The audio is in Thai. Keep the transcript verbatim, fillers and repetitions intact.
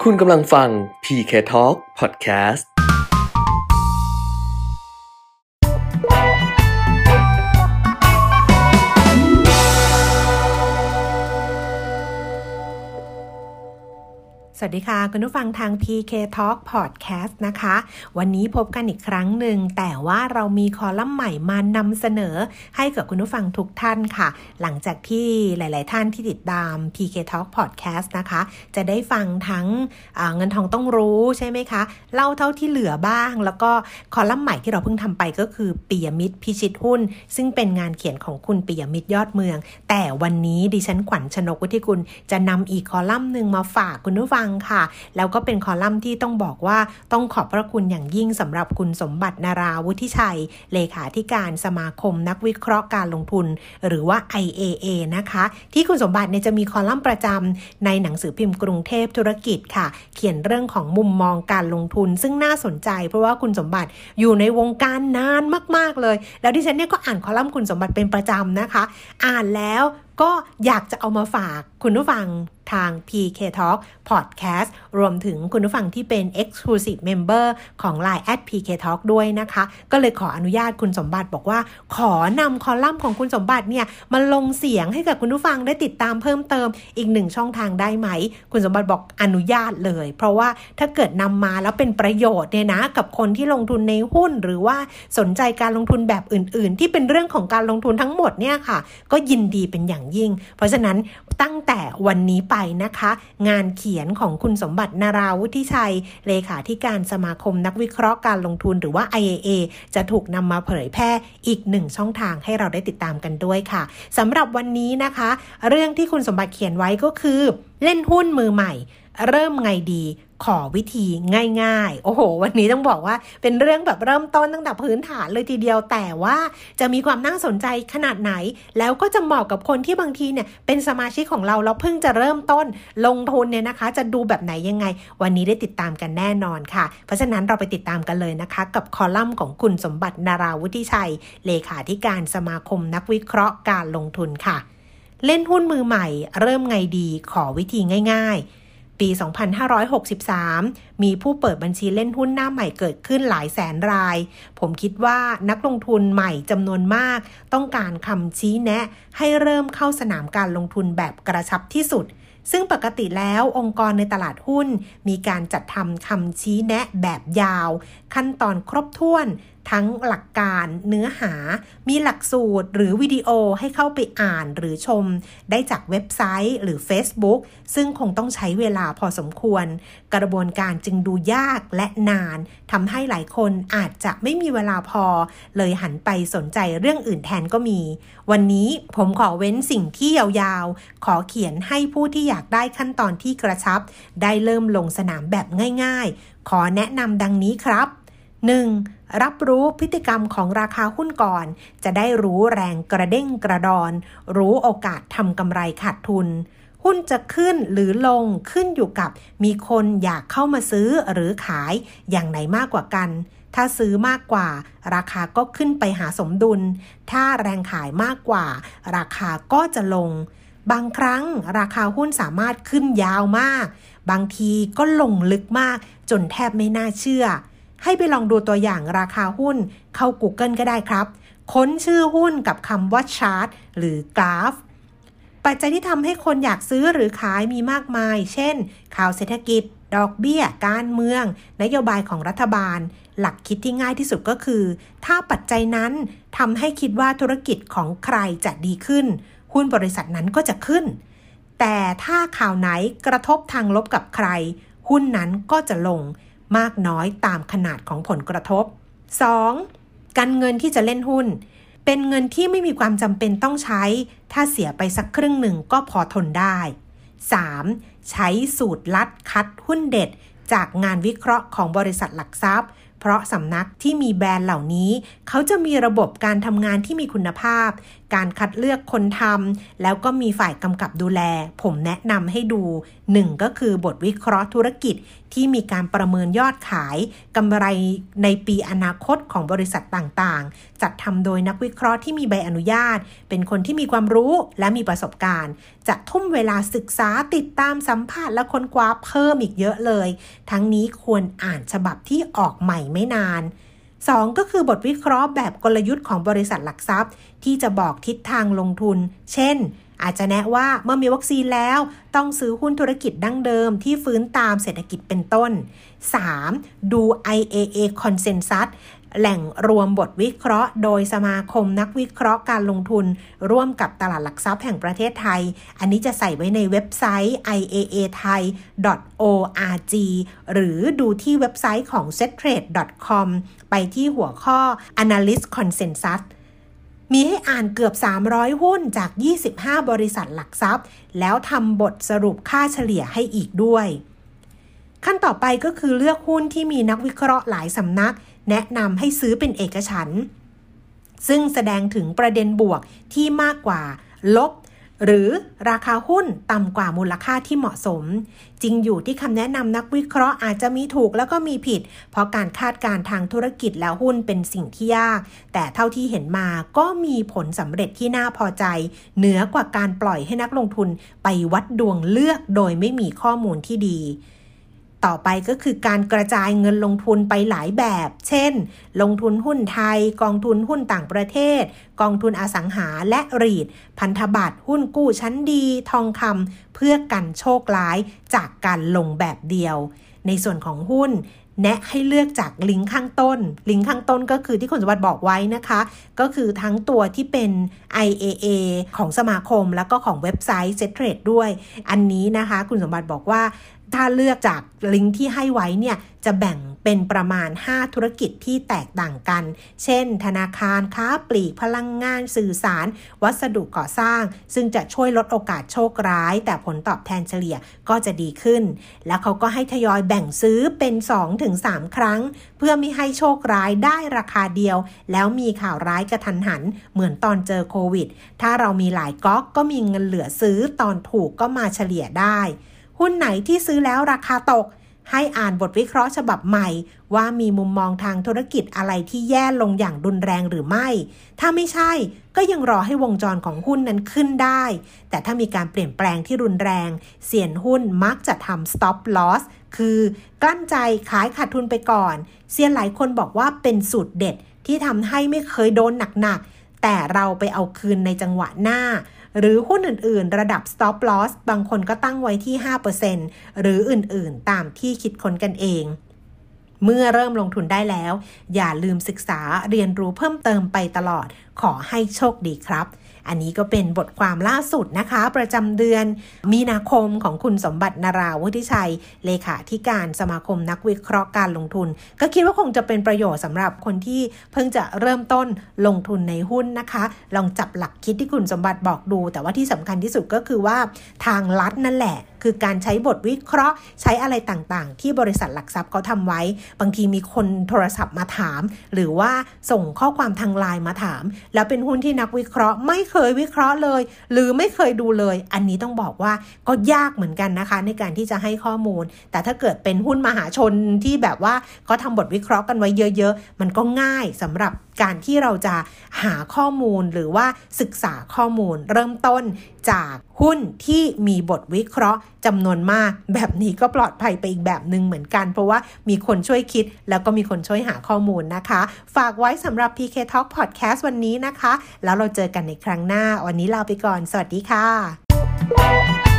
คุณกำลังฟัง พี เค Talk Podcast สวัสดีค่ะคุณผู้ฟังทาง พี เค Talk Podcast นะคะวันนี้พบกันอีกครั้งหนึ่งแต่ว่าเรามีคอลัมน์ใหม่มานำเสนอให้กับคุณผู้ฟังทุกท่านค่ะหลังจากที่หลายๆท่านที่ติดตาม พี เค Talk Podcast นะคะจะได้ฟังทั้งเงินทองต้องรู้ใช่ไหมคะเล่าเท่าที่เหลือบ้างแล้วก็คอลัมน์ใหม่ที่เราเพิ่งทำไปก็คือปิยมิตรพิชิตหุ้นซึ่งเป็นงานเขียนของคุณปิยมิตรยอดเมืองแต่วันนี้ดิฉันขวัญชนกวุฒิกุลจะนำอีกคอลัมน์นึงมาฝากคุณผู้ฟังค่ะแล้วก็เป็นคอลัมน์ที่ต้องบอกว่าต้องขอบพระคุณอย่างยิ่งสำหรับคุณสมบัตินาราวุฒิชัยเลขาธิการสมาคมนักวิเคราะห์การลงทุนหรือว่า ไอ เอ เอ นะคะที่คุณสมบัติเนี่ยจะมีคอลัมน์ประจำในหนังสือพิมพ์กรุงเทพธุรกิจค่ะเขียนเรื่องของมุมมองการลงทุนซึ่งน่าสนใจเพราะว่าคุณสมบัติอยู่ในวงการนานมากๆเลยแล้วดิฉันเนี่ยก็อ่านคอลัมน์คุณสมบัติเป็นประจำนะคะอ่านแล้วก็อยากจะเอามาฝากคุณผู้ฟังทาง พี เค Talk Podcast รวมถึงคุณผู้ฟังที่เป็น Exclusive Member ของ ไลน์ แอท พี เค Talk ด้วยนะคะก็เลยขออนุญาตคุณสมบัติบอกว่าขอนำคอลัมน์ของคุณสมบัติเนี่ยมาลงเสียงให้กับคุณผู้ฟังได้ติดตามเพิ่มเติมอีกหนึ่งช่องทางได้ไหมคุณสมบัติบอกอนุญาตเลยเพราะว่าถ้าเกิดนำมาแล้วเป็นประโยชน์เนี่ยนะกับคนที่ลงทุนในหุ้นหรือว่าสนใจการลงทุนแบบอื่นๆที่เป็นเรื่องของการลงทุนทั้งหมดเนี่ยค่ะก็ยินดีเป็นอย่างยิ่งเพราะฉะนั้นตั้งแต่วันนี้ไปนะคะงานเขียนของคุณสมบัตินาราวุฒิชัยเลขาธิการสมาคมนักวิเคราะห์การลงทุนหรือว่า ไอ เอ เอ จะถูกนำมาเผยแพร่อีกหนึ่งช่องทางให้เราได้ติดตามกันด้วยค่ะสำหรับวันนี้นะคะเรื่องที่คุณสมบัติเขียนไว้ก็คือเล่นหุ้นมือใหม่เริ่มไงดีขอวิธีง่ายๆโอ้โหวันนี้ต้องบอกว่าเป็นเรื่องแบบเริ่มต้นตั้งแต่พื้นฐานเลยทีเดียวแต่ว่าจะมีความน่าสนใจขนาดไหนแล้วก็จะเหมาะกับคนที่บางทีเนี่ยเป็นสมาชิกของเราแล้วเพิ่งจะเริ่มต้นลงทุนเนี่ยนะคะจะดูแบบไหนยังไงวันนี้ได้ติดตามกันแน่นอนค่ะเพราะฉะนั้นเราไปติดตามกันเลยนะคะกับคอลัมน์ของคุณสมบัตินาราวุฒิชัยเลขาธิการสมาคมนักวิเคราะห์การลงทุนค่ะเล่นหุ้นมือใหม่เริ่มไงดีขอวิธีง่ายๆปีสองพันห้าร้อยหกสิบสามมีผู้เปิดบัญชีเล่นหุ้นหน้าใหม่เกิดขึ้นหลายแสนรายผมคิดว่านักลงทุนใหม่จำนวนมากต้องการคำชี้แนะให้เริ่มเข้าสนามการลงทุนแบบกระชับที่สุดซึ่งปกติแล้วองค์กรในตลาดหุ้นมีการจัดทำคำชี้แนะแบบยาวขั้นตอนครบถ้วนทั้งหลักการเนื้อหามีหลักสูตรหรือวิดีโอให้เข้าไปอ่านหรือชมได้จากเว็บไซต์หรือ Facebook ซึ่งคงต้องใช้เวลาพอสมควรกระบวนการจึงดูยากและนานทำให้หลายคนอาจจะไม่มีเวลาพอเลยหันไปสนใจเรื่องอื่นแทนก็มีวันนี้ผมขอเว้นสิ่งที่ยาวๆขอเขียนให้ผู้ที่อยากได้ขั้นตอนที่กระชับได้เริ่มลงสนามแบบง่ายๆขอแนะนำดังนี้ครับ หนึ่ง. รับรู้พฤติกรรมของราคาหุ้นก่อนจะได้รู้แรงกระเด้งกระดอนรู้โอกาสทำกำไรขาดทุนหุ้นจะขึ้นหรือลงขึ้นอยู่กับมีคนอยากเข้ามาซื้อหรือขายอย่างไหนมากกว่ากันถ้าซื้อมากกว่าราคาก็ขึ้นไปหาสมดุลถ้าแรงขายมากกว่าราคาก็จะลงบางครั้งราคาหุ้นสามารถขึ้นยาวมากบางทีก็ลงลึกมากจนแทบไม่น่าเชื่อให้ไปลองดูตัวอย่างราคาหุ้นเข้า Google ก็ได้ครับค้นชื่อหุ้นกับคำว่า chart หรือกราฟปัจจัยที่ทำให้คนอยากซื้อหรือขายมีมากมายเช่นข่าวเศรษฐกิจดอกเบี้ยการเมืองนโยบายของรัฐบาลหลักคิดที่ง่ายที่สุดก็คือถ้าปัจจัยนั้นทำให้คิดว่าธุรกิจของใครจะดีขึ้นหุ้นบริษัทนั้นก็จะขึ้นแต่ถ้าข่าวไหนกระทบทางลบกับใครหุ้นนั้นก็จะลงมากน้อยตามขนาดของผลกระทบ สอง. การเงินที่จะเล่นหุ้นเป็นเงินที่ไม่มีความจำเป็นต้องใช้ถ้าเสียไปสักครึ่งหนึ่งก็พอทนได้ สาม. ใช้สูตรลัดคัดหุ้นเด็ดจากงานวิเคราะห์ของบริษัทหลักทรัพย์เพราะสำนักที่มีแบรนด์เหล่านี้เขาจะมีระบบการทำงานที่มีคุณภาพการคัดเลือกคนทำแล้วก็มีฝ่ายกำกับดูแลผมแนะนำให้ดูหนึ่งก็คือบทวิเคราะห์ธุรกิจที่มีการประเมินยอดขายกำไรในปีอนาคตของบริษัทต่างๆจัดทำโดยนักวิเคราะห์ที่มีใบอนุญาตเป็นคนที่มีความรู้และมีประสบการณ์จะทุ่มเวลาศึกษาติดตามสัมภาษณ์และค้นคว้าเพิ่มอีกเยอะเลยทั้งนี้ควรอ่านฉบับที่ออกใหม่ไม่นานสองก็คือบทวิเคราะห์แบบกลยุทธ์ของบริษัทหลักทรัพย์ที่จะบอกทิศทางลงทุนเช่นอาจจะแนะว่าเมื่อมีวัคซีนแล้วต้องซื้อหุ้นธุรกิจดั้งเดิมที่ฟื้นตามเศรษฐกิจเป็นต้น สาม ดู ไอ เอ เอ Consensus แหล่งรวมบทวิเคราะห์โดยสมาคมนักวิเคราะห์การลงทุนร่วมกับตลาดหลักทรัพย์แห่งประเทศไทยอันนี้จะใส่ไว้ในเว็บไซต์ ไอ เอ เอ ไทย ดอท โอ อาร์ จี หรือดูที่เว็บไซต์ของ เซ็ตเทรด ดอท คอม ไปที่หัวข้อ Analyst Consensus มีให้อ่านเกือบสามร้อยหุ้นจากยี่สิบห้าบริษัทหลักทรัพย์แล้วทำบทสรุปค่าเฉลี่ยให้อีกด้วยขั้นต่อไปก็คือเลือกหุ้นที่มีนักวิเคราะห์หลายสำนักแนะนำให้ซื้อเป็นเอกฉันท์ซึ่งแสดงถึงประเด็นบวกที่มากกว่าลบหรือราคาหุ้นต่ำกว่ามูลค่าที่เหมาะสมจริงอยู่ที่คำแนะนำนักวิเคราะห์อาจจะมีถูกแล้วก็มีผิดเพราะการคาดการณ์ทางธุรกิจและหุ้นเป็นสิ่งที่ยากแต่เท่าที่เห็นมาก็มีผลสำเร็จที่น่าพอใจเหนือกว่าการปล่อยให้นักลงทุนไปวัดดวงเลือกโดยไม่มีข้อมูลที่ดีต่อไปก็คือการกระจายเงินลงทุนไปหลายแบบเช่นลงทุนหุ้นไทยกองทุนหุ้นต่างประเทศกองทุนอสังหาและรีทพันธบัตรหุ้นกู้ชั้นดีทองคำเพื่อกันโชคร้ายจากการลงแบบเดียวในส่วนของหุ้นแนะให้เลือกจากลิงก์ข้างต้นลิงก์ข้างต้นก็คือที่คุณสมบัติบอกไว้นะคะก็คือทั้งตัวที่เป็น ไอ เอ เอ ของสมาคมแล้วก็ของเว็บไซต์ เซ็ตเทรด ด้วยอันนี้นะคะคุณสมบัติบอกว่าถ้าเลือกจากลิงก์ที่ให้ไว้เนี่ยจะแบ่งเป็นประมาณห้าธุรกิจที่แตกต่างกันเช่นธนาคารค้าปลีกพลังงานสื่อสารวัสดุก่อสร้างซึ่งจะช่วยลดโอกาสโชคร้ายแต่ผลตอบแทนเฉลี่ยก็จะดีขึ้นแล้วเขาก็ให้ทยอยแบ่งซื้อเป็น สองถึงสาม ครั้งเพื่อไม่ให้โชคร้ายได้ราคาเดียวแล้วมีข่าวร้ายกระทันหันเหมือนตอนเจอโควิดถ้าเรามีหลายก๊อกก็มีเงินเหลือซื้อตอนถูกก็มาเฉลี่ยได้หุ้นไหนที่ซื้อแล้วราคาตกให้อ่านบทวิเคราะห์ฉบับใหม่ว่ามีมุมมองทางธุรกิจอะไรที่แย่ลงอย่างรุนแรงหรือไม่ถ้าไม่ใช่ก็ยังรอให้วงจรของหุ้นนั้นขึ้นได้แต่ถ้ามีการเปลี่ยนแปลงที่รุนแรงเสี่ยงหุ้นมักจะทำ stop loss คือกลั้นใจขายขาดทุนไปก่อนเซียนหลายคนบอกว่าเป็นสูตรเด็ดที่ทำให้ไม่เคยโดนหนักๆแต่เราไปเอาคืนในจังหวะหน้าหรือหุ้นอื่นๆระดับ stop loss บางคนก็ตั้งไว้ที่ ห้าเปอร์เซ็นต์ หรืออื่นๆตามที่คิดค้นกันเองเมื่อเริ่มลงทุนได้แล้วอย่าลืมศึกษาเรียนรู้เพิ่มเติมไปตลอดขอให้โชคดีครับอันนี้ก็เป็นบทความล่าสุดนะคะประจำเดือนมีนาคมของคุณสมบัตินาราวุฒิชัยเลขาธิการสมาคมนักวิเคราะห์การลงทุนก็คิดว่าคงจะเป็นประโยชน์สำหรับคนที่เพิ่งจะเริ่มต้นลงทุนในหุ้นนะคะลองจับหลักคิดที่คุณสมบัติบอกดูแต่ว่าที่สำคัญที่สุดก็คือว่าทางลัดนั่นแหละคือการใช้บทวิเคราะห์ใช้อะไรต่างๆที่บริษัทหลักทรัพย์เขาทำไว้บางทีมีคนโทรศัพท์มาถามหรือว่าส่งข้อความทางไลน์มาถามแล้วเป็นหุ้นที่นักวิเคราะห์ไม่เคยวิเคราะห์เลยหรือไม่เคยดูเลยอันนี้ต้องบอกว่าก็ยากเหมือนกันนะคะในการที่จะให้ข้อมูลแต่ถ้าเกิดเป็นหุ้นมหาชนที่แบบว่าเขาทำบทวิเคราะห์กันไว้เยอะๆมันก็ง่ายสำหรับการที่เราจะหาข้อมูลหรือว่าศึกษาข้อมูลเริ่มต้นจากหุ้นที่มีบทวิเคราะห์จำนวนมากแบบนี้ก็ปลอดภัยไปอีกแบบนึงเหมือนกันเพราะว่ามีคนช่วยคิดแล้วก็มีคนช่วยหาข้อมูลนะคะฝากไว้สำหรับ พี เค Talk Podcast วันนี้นะคะแล้วเราเจอกันในครั้งหน้าวันนี้ลาไปก่อนสวัสดีค่ะ